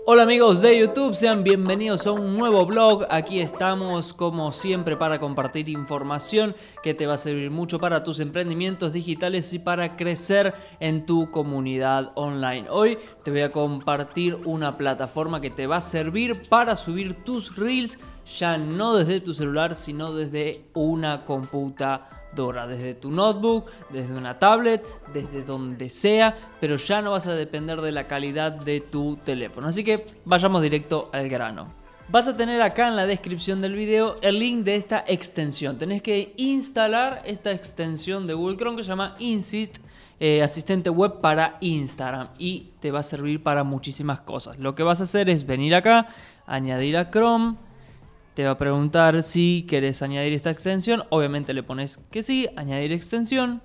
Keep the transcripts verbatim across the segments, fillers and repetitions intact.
Hola amigos de YouTube, sean bienvenidos a un nuevo vlog. Aquí estamos como siempre para compartir información que te va a servir mucho para tus emprendimientos digitales y para crecer en tu comunidad online. Hoy te voy a compartir una plataforma que te va a servir para subir tus reels, ya no desde tu celular, sino desde una computadora. Desde tu notebook, desde una tablet, desde donde sea, pero ya no vas a depender de la calidad de tu teléfono. Así que vayamos directo al grano. Vas a tener acá en la descripción del video el link de esta extensión. Tenés que instalar esta extensión de Google Chrome que se llama Insist, eh, asistente web para Instagram, y te va a servir para muchísimas cosas. Lo que vas a hacer es venir acá, añadir a Chrome. Te va a preguntar si querés añadir esta extensión. Obviamente le pones que sí, añadir extensión.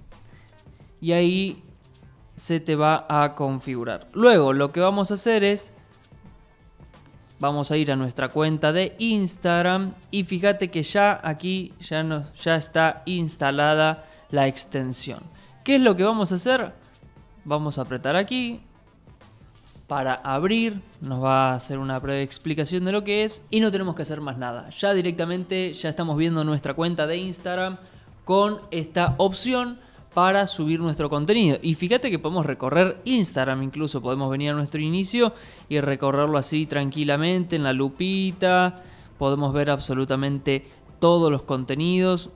Y ahí se te va a configurar. Luego lo que vamos a hacer es, vamos a ir a nuestra cuenta de Instagram. Y fíjate que ya aquí ya, nos, ya está instalada la extensión. ¿Qué es lo que vamos a hacer? Vamos a apretar aquí para abrir, nos va a hacer una breve explicación de lo que es y no tenemos que hacer más nada. Ya directamente ya estamos viendo nuestra cuenta de Instagram con esta opción para subir nuestro contenido. Y fíjate que podemos recorrer Instagram, incluso podemos venir a nuestro inicio y recorrerlo así tranquilamente en la lupita. Podemos ver absolutamente todos los contenidos.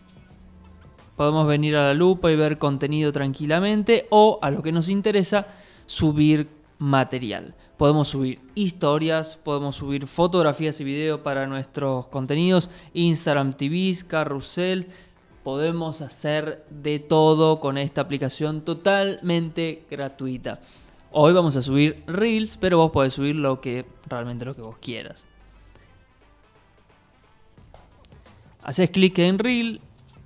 Podemos venir a la lupa y ver contenido tranquilamente, o a lo que nos interesa, subir material. Podemos subir historias, podemos subir fotografías y videos para nuestros contenidos, Instagram T Vs, carrusel. Podemos hacer de todo con esta aplicación totalmente gratuita. Hoy vamos a subir Reels, pero vos podés subir lo que realmente lo que vos quieras. Haces clic en Reel.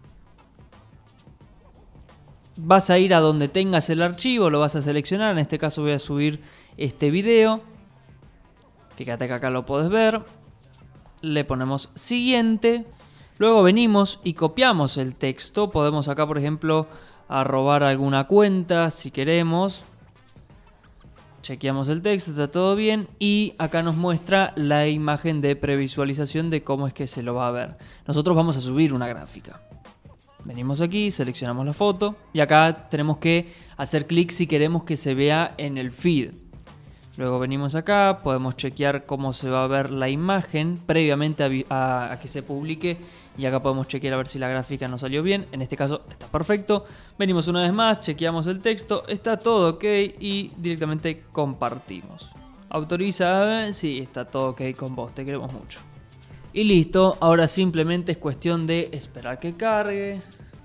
Vas a ir a donde tengas el archivo, lo vas a seleccionar. En este caso voy a subir este video. Fíjate que acá lo podés ver. Le ponemos siguiente. Luego venimos y copiamos el texto. Podemos acá, por ejemplo, arrobar alguna cuenta si queremos. Chequeamos el texto, está todo bien. Y acá nos muestra la imagen de previsualización de cómo es que se lo va a ver. Nosotros vamos a subir una gráfica. Venimos aquí, seleccionamos la foto y acá tenemos que hacer clic si queremos que se vea en el feed. Luego venimos acá, podemos chequear cómo se va a ver la imagen previamente a, a, a que se publique, y acá podemos chequear a ver si la gráfica nos salió bien. En este caso está perfecto. Venimos una vez más, chequeamos el texto, está todo ok y directamente compartimos. Autoriza, sí, está todo ok con vos, te queremos mucho. Y listo, ahora simplemente es cuestión de esperar que cargue.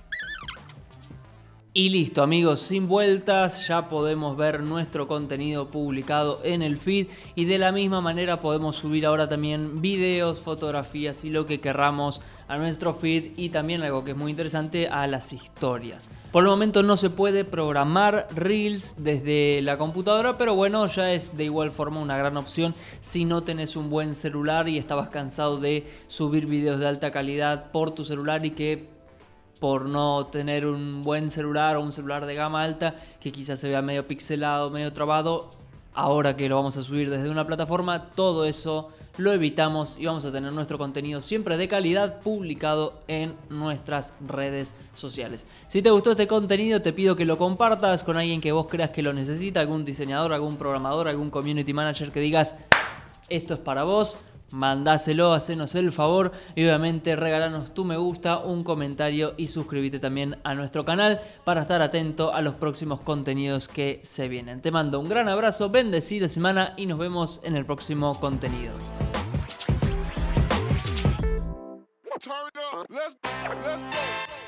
Y listo amigos, sin vueltas, ya podemos ver nuestro contenido publicado en el feed. Y de la misma manera podemos subir ahora también videos, fotografías y lo que querramos a nuestro feed. Y también algo que es muy interesante, a las historias. Por el momento no se puede programar Reels desde la computadora, pero bueno, ya es de igual forma una gran opción si no tenés un buen celular y estabas cansado de subir videos de alta calidad por tu celular y que por no tener un buen celular o un celular de gama alta que quizás se vea medio pixelado, medio trabado, ahora que lo vamos a subir desde una plataforma, todo eso lo evitamos y vamos a tener nuestro contenido siempre de calidad publicado en nuestras redes sociales. Si te gustó este contenido, te pido que lo compartas con alguien que vos creas que lo necesita, algún diseñador, algún programador, algún community manager que digas, esto es para vos. Mandáselo, hacenos el favor y obviamente regalanos tu me gusta, un comentario y suscríbete también a nuestro canal para estar atento a los próximos contenidos que se vienen. Te mando un gran abrazo, bendecida semana y nos vemos en el próximo contenido. Turn up. Let's, let's go.